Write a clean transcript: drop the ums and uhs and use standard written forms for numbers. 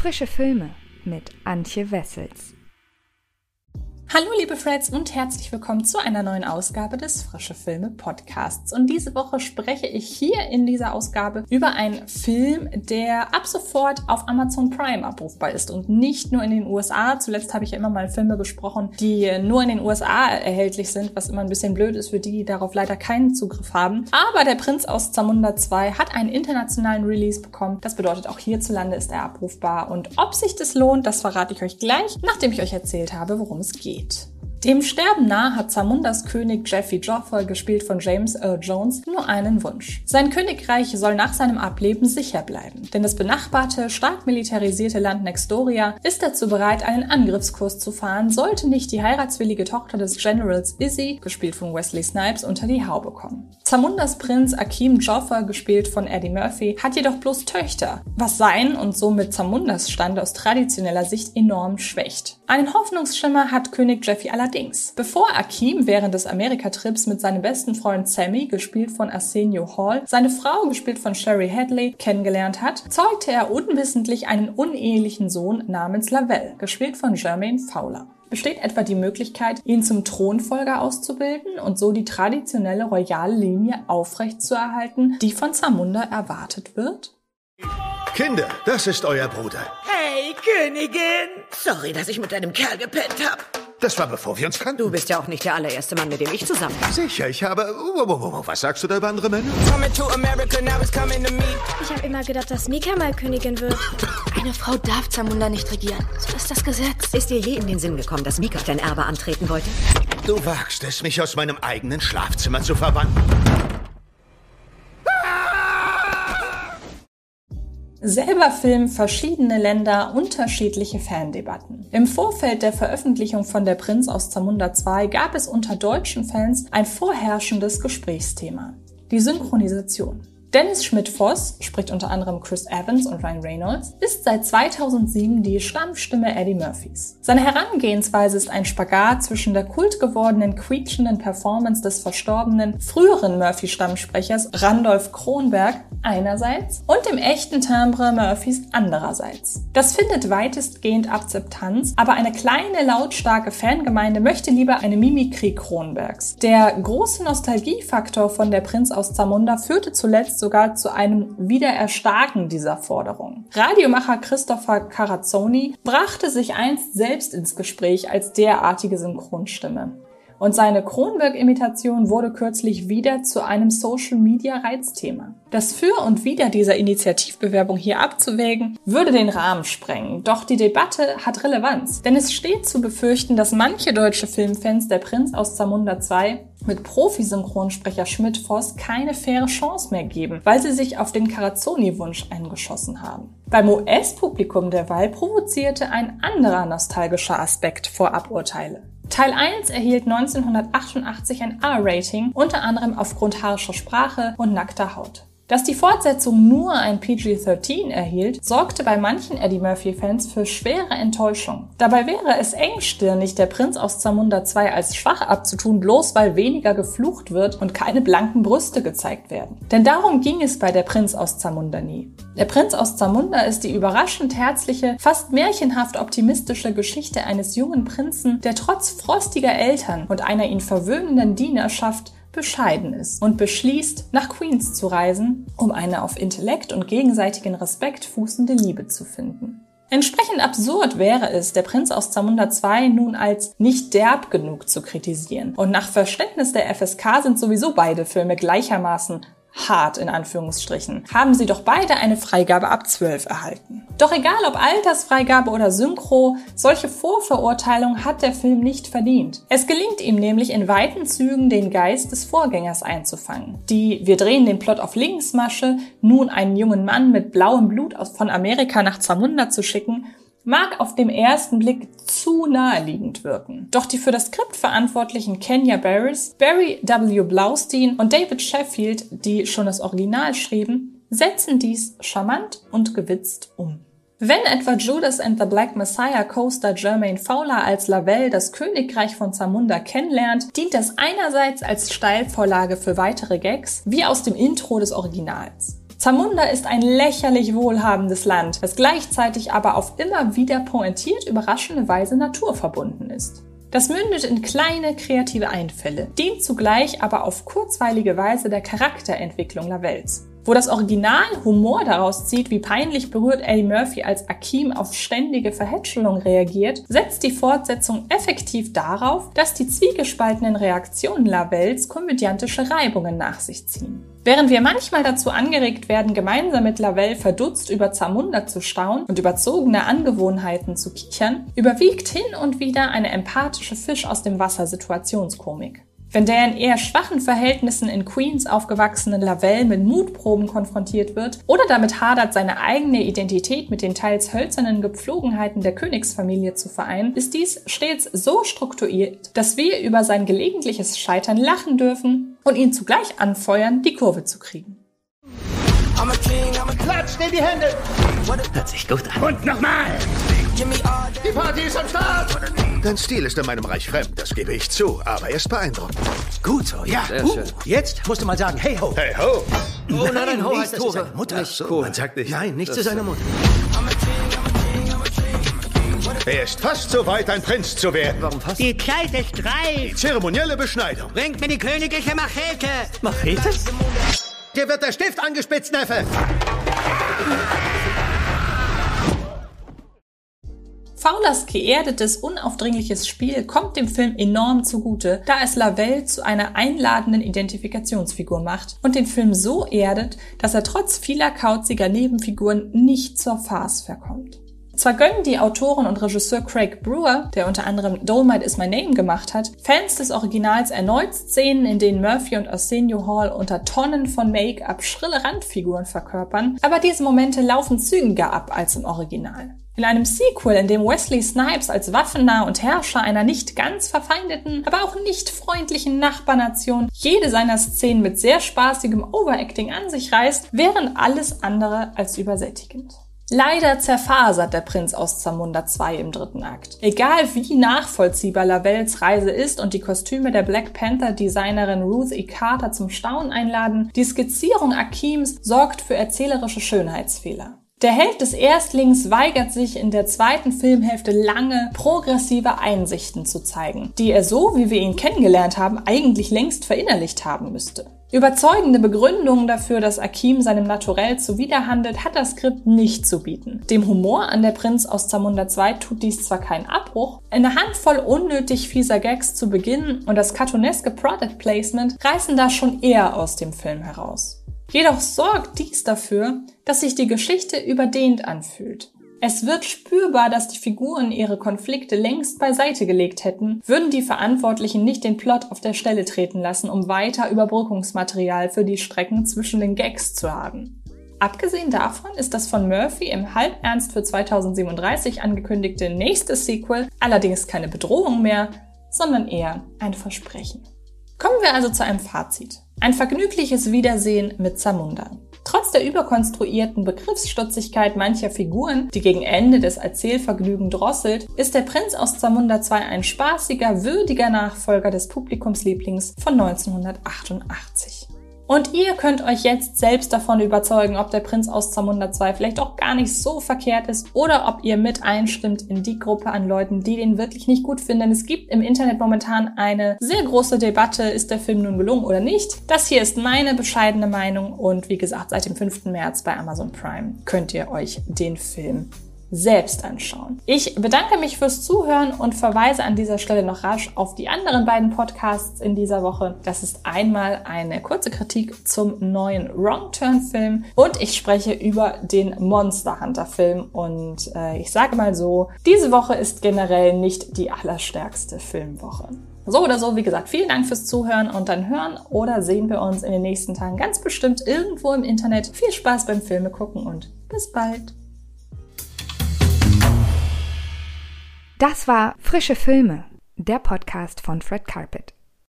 Frische Filme mit Antje Wessels. Hallo liebe Freds und herzlich willkommen zu einer neuen Ausgabe des Frische Filme Podcasts. Und diese Woche spreche ich hier in dieser Ausgabe über einen Film, der ab sofort auf Amazon Prime abrufbar ist und nicht nur in den USA. Zuletzt habe ich ja immer mal Filme besprochen, die nur in den USA erhältlich sind, was immer ein bisschen blöd ist für die, die darauf leider keinen Zugriff haben. Aber Der Prinz aus Zamunda 2 hat einen internationalen Release bekommen. Das bedeutet, auch hierzulande ist er abrufbar. Und ob sich das lohnt, das verrate ich euch gleich, nachdem ich euch erzählt habe, worum es geht. Dem Sterben nahe hat Zamundas König Jeffy Joffer, gespielt von James Earl Jones, nur einen Wunsch. Sein Königreich soll nach seinem Ableben sicher bleiben, denn das benachbarte, stark militarisierte Land Nexdoria ist dazu bereit, einen Angriffskurs zu fahren, sollte nicht die heiratswillige Tochter des Generals Izzy, gespielt von Wesley Snipes, unter die Haube kommen. Zamundas Prinz Akeem Joffer, gespielt von Eddie Murphy, hat jedoch bloß Töchter, was seinen und somit Zamundas Stand aus traditioneller Sicht enorm schwächt. Einen Hoffnungsschimmer hat König Jeffy allerdings. Bevor Akeem während des Amerika-Trips mit seinem besten Freund Sammy, gespielt von Arsenio Hall, seine Frau, gespielt von Sherry Hadley, kennengelernt hat, zeugte er unwissentlich einen unehelichen Sohn namens Lavelle, gespielt von Jermaine Fowler. Besteht etwa die Möglichkeit, ihn zum Thronfolger auszubilden und so die traditionelle royale Linie aufrechtzuerhalten, die von Zamunda erwartet wird? Kinder, das ist euer Bruder. Hey, Königin! Sorry, dass ich mit deinem Kerl gepennt hab. Das war bevor wir uns kannten. Du bist ja auch nicht der allererste Mann, mit dem ich zusammen bin. Sicher, ich habe... Was sagst du da über andere Männer? Ich habe immer gedacht, dass Mika mal Königin wird. Eine Frau darf Zamunda nicht regieren. So ist das Gesetz. Ist dir je in den Sinn gekommen, dass Mika dein Erbe antreten wollte? Du wagst es, mich aus meinem eigenen Schlafzimmer zu verbannen. Selber filmen verschiedene Länder unterschiedliche Fandebatten. Im Vorfeld der Veröffentlichung von Der Prinz aus Zamunda 2 gab es unter deutschen Fans ein vorherrschendes Gesprächsthema: die Synchronisation. Dennis Schmidt-Voss, spricht unter anderem Chris Evans und Ryan Reynolds, ist seit 2007 die Stammstimme Eddie Murphys. Seine Herangehensweise ist ein Spagat zwischen der kultgewordenen, quietschenden Performance des verstorbenen, früheren Murphy-Stammsprechers Randolph Kronberg einerseits und dem echten Timbre Murphys andererseits. Das findet weitestgehend Akzeptanz, aber eine kleine, lautstarke Fangemeinde möchte lieber eine Mimikrie Kronbergs. Der große Nostalgiefaktor von Der Prinz aus Zamunda führte zuletzt sogar zu einem Wiedererstarken dieser Forderung. Radiomacher Christopher Carazzoni brachte sich einst selbst ins Gespräch als derartige Synchronstimme. Und seine Kronberg-Imitation wurde kürzlich wieder zu einem Social-Media-Reizthema. Das Für und Wider dieser Initiativbewerbung hier abzuwägen, würde den Rahmen sprengen. Doch die Debatte hat Relevanz, denn es steht zu befürchten, dass manche deutsche Filmfans Der Prinz aus Zamunda 2 mit Profi-Synchronsprecher Schmidt-Voss keine faire Chance mehr geben, weil sie sich auf den Carazzoni-Wunsch eingeschossen haben. Beim US-Publikum derweil provozierte ein anderer nostalgischer Aspekt Voraburteile. Teil 1 erhielt 1988 ein R-Rating, unter anderem aufgrund harscher Sprache und nackter Haut. Dass die Fortsetzung nur ein PG-13 erhielt, sorgte bei manchen Eddie Murphy-Fans für schwere Enttäuschung. Dabei wäre es engstirnig, Der Prinz aus Zamunda 2 als schwach abzutun, bloß weil weniger geflucht wird und keine blanken Brüste gezeigt werden. Denn darum ging es bei Der Prinz aus Zamunda nie. Der Prinz aus Zamunda ist die überraschend herzliche, fast märchenhaft optimistische Geschichte eines jungen Prinzen, der trotz frostiger Eltern und einer ihn verwöhnenden Dienerschaft bescheiden ist und beschließt, nach Queens zu reisen, um eine auf Intellekt und gegenseitigen Respekt fußende Liebe zu finden. Entsprechend absurd wäre es, Der Prinz aus Zamunda 2 nun als nicht derb genug zu kritisieren. Und nach Verständnis der FSK sind sowieso beide Filme gleichermaßen hart in Anführungsstrichen, haben sie doch beide eine Freigabe ab 12 erhalten. Doch egal ob Altersfreigabe oder Synchro, solche Vorverurteilungen hat der Film nicht verdient. Es gelingt ihm nämlich in weiten Zügen, den Geist des Vorgängers einzufangen. Die "Wir drehen den Plot auf links" Masche, nun einen jungen Mann mit blauem Blut von Amerika nach Zamunda zu schicken, mag auf den ersten Blick zu naheliegend wirken. Doch die für das Skript verantwortlichen Kenya Barris, Barry W. Blaustein und David Sheffield, die schon das Original schrieben, setzen dies charmant und gewitzt um. Wenn etwa Judas and the Black Messiah Co-Star Jermaine Fowler als Lavelle das Königreich von Zamunda kennenlernt, dient das einerseits als Steilvorlage für weitere Gags, wie aus dem Intro des Originals. Zamunda ist ein lächerlich wohlhabendes Land, das gleichzeitig aber auf immer wieder pointiert überraschende Weise naturverbunden ist. Das mündet in kleine, kreative Einfälle, dient zugleich aber auf kurzweilige Weise der Charakterentwicklung Lavelles. Wo das Original Humor daraus zieht, wie peinlich berührt Eddie Murphy als Akeem auf ständige Verhätschelung reagiert, setzt die Fortsetzung effektiv darauf, dass die zwiegespaltenen Reaktionen Lavelles komödiantische Reibungen nach sich ziehen. Während wir manchmal dazu angeregt werden, gemeinsam mit Lavelle verdutzt über Zamunda zu staunen und überzogene Angewohnheiten zu kichern, überwiegt hin und wieder eine empathische Fisch-aus-dem-Wasser-Situationskomik. Wenn der in eher schwachen Verhältnissen in Queens aufgewachsene Lavelle mit Mutproben konfrontiert wird oder damit hadert, seine eigene Identität mit den teils hölzernen Gepflogenheiten der Königsfamilie zu vereinen, ist dies stets so strukturiert, dass wir über sein gelegentliches Scheitern lachen dürfen und ihn zugleich anfeuern, die Kurve zu kriegen. Klatscht in die Hände! Hört sich gut an. Und nochmal! Die Party ist am Start! Dein Stil ist in meinem Reich fremd, das gebe ich zu, aber er ist beeindruckend. Gut so, ja. Jetzt musst du mal sagen, hey ho. Hey ho! Oh nein, ho heißt das Tore. ist seine Mutter. Ach so, man sagt nicht. Nein, nicht zu seiner Mutter. Er ist fast so weit, ein Prinz zu werden. Warum fast? Die Zeit ist reif. Zeremonielle Beschneidung. Bringt mir die königliche Machete. Machete? Dir wird der Stift angespitzt, Neffe! Fowlers geerdetes, unaufdringliches Spiel kommt dem Film enorm zugute, da es Lavelle zu einer einladenden Identifikationsfigur macht und den Film so erdet, dass er trotz vieler kauziger Nebenfiguren nicht zur Farce verkommt. Zwar gönnen die Autorin und Regisseur Craig Brewer, der unter anderem Dolomite Is My Name gemacht hat, Fans des Originals erneut Szenen, in denen Murphy und Arsenio Hall unter Tonnen von Make-up schrille Randfiguren verkörpern, aber diese Momente laufen zügiger ab als im Original. In einem Sequel, in dem Wesley Snipes als waffennah und Herrscher einer nicht ganz verfeindeten, aber auch nicht freundlichen Nachbarnation jede seiner Szenen mit sehr spaßigem Overacting an sich reißt, wären alles andere als übersättigend. Leider zerfasert der Prinz aus Zamunda 2 im dritten Akt. Egal wie nachvollziehbar Lavelles Reise ist und die Kostüme der Black Panther-Designerin Ruth E. Carter zum Staunen einladen, die Skizzierung Akeems sorgt für erzählerische Schönheitsfehler. Der Held des Erstlings weigert sich in der zweiten Filmhälfte lange, progressive Einsichten zu zeigen, die er so, wie wir ihn kennengelernt haben, eigentlich längst verinnerlicht haben müsste. Überzeugende Begründungen dafür, dass Akeem seinem Naturell zuwiderhandelt, hat das Skript nicht zu bieten. Dem Humor an Der Prinz aus Zamunda 2 tut dies zwar keinen Abbruch, eine Handvoll unnötig fieser Gags zu Beginn und das cartooneske Product Placement reißen da schon eher aus dem Film heraus. Jedoch sorgt dies dafür, dass sich die Geschichte überdehnt anfühlt. Es wird spürbar, dass die Figuren ihre Konflikte längst beiseite gelegt hätten, würden die Verantwortlichen nicht den Plot auf der Stelle treten lassen, um weiter Überbrückungsmaterial für die Strecken zwischen den Gags zu haben. Abgesehen davon ist das von Murphy im Halbernst für 2037 angekündigte nächste Sequel allerdings keine Bedrohung mehr, sondern eher ein Versprechen. Kommen wir also zu einem Fazit. Ein vergnügliches Wiedersehen mit Zamunda. Trotz der überkonstruierten Begriffsstutzigkeit mancher Figuren, die gegen Ende des Erzählvergnügens drosselt, ist Der Prinz aus Zamunda 2 ein spaßiger, würdiger Nachfolger des Publikumslieblings von 1988. Und ihr könnt euch jetzt selbst davon überzeugen, ob Der Prinz aus Zamunda 2 vielleicht auch gar nicht so verkehrt ist oder ob ihr mit einstimmt in die Gruppe an Leuten, die den wirklich nicht gut finden. Es gibt im Internet momentan eine sehr große Debatte, ist der Film nun gelungen oder nicht. Das hier ist meine bescheidene Meinung und wie gesagt, seit dem 5. März bei Amazon Prime könnt ihr euch den Film selbst anschauen. Ich bedanke mich fürs Zuhören und verweise an dieser Stelle noch rasch auf die anderen beiden Podcasts in dieser Woche. Das ist einmal eine kurze Kritik zum neuen Wrong Turn Film und ich spreche über den Monster Hunter Film und ich sage mal so, diese Woche ist generell nicht die allerstärkste Filmwoche. So oder so, wie gesagt, vielen Dank fürs Zuhören und dann hören oder sehen wir uns in den nächsten Tagen ganz bestimmt irgendwo im Internet. Viel Spaß beim Filme gucken und bis bald. Das war Frische Filme, der Podcast von Fred Carpet.